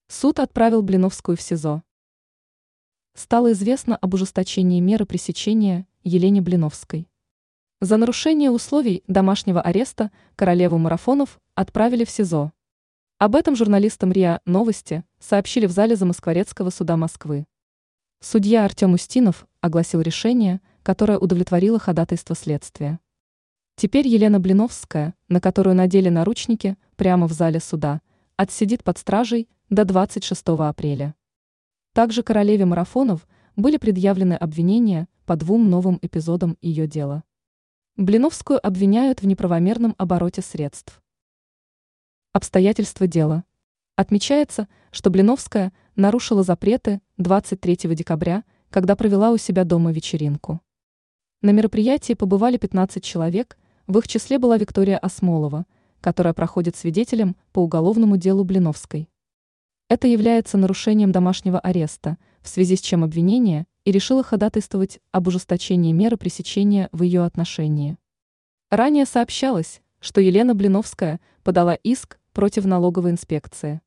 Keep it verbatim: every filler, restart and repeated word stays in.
Суд отправил Блиновскую в СИЗО. Стало известно об ужесточении меры пресечения Елене Блиновской. За нарушение условий домашнего ареста королеву марафонов отправили в СИЗО. Об этом журналистам РИА Новости сообщили в зале Замоскворецкого суда Москвы. Судья Артем Устинов огласил решение, которое удовлетворило ходатайство следствия. Теперь Елена Блиновская, на которую надели наручники прямо в зале суда, отсидит под стражей до двадцать шестого апреля. Также королеве марафонов были предъявлены обвинения по двум новым эпизодам ее дела. Блиновскую обвиняют в неправомерном обороте средств. Обстоятельства дела. Отмечается, что Блиновская нарушила запреты двадцать третьего декабря, когда провела у себя дома вечеринку. На мероприятии побывали пятнадцать человек, в их числе была Виктория Осмолова, которая проходит свидетелем по уголовному делу Блиновской. Это является нарушением домашнего ареста, в связи с чем обвинение и решило ходатайствовать об ужесточении меры пресечения в ее отношении. Ранее сообщалось, что Елена Блиновская подала иск против налоговой инспекции.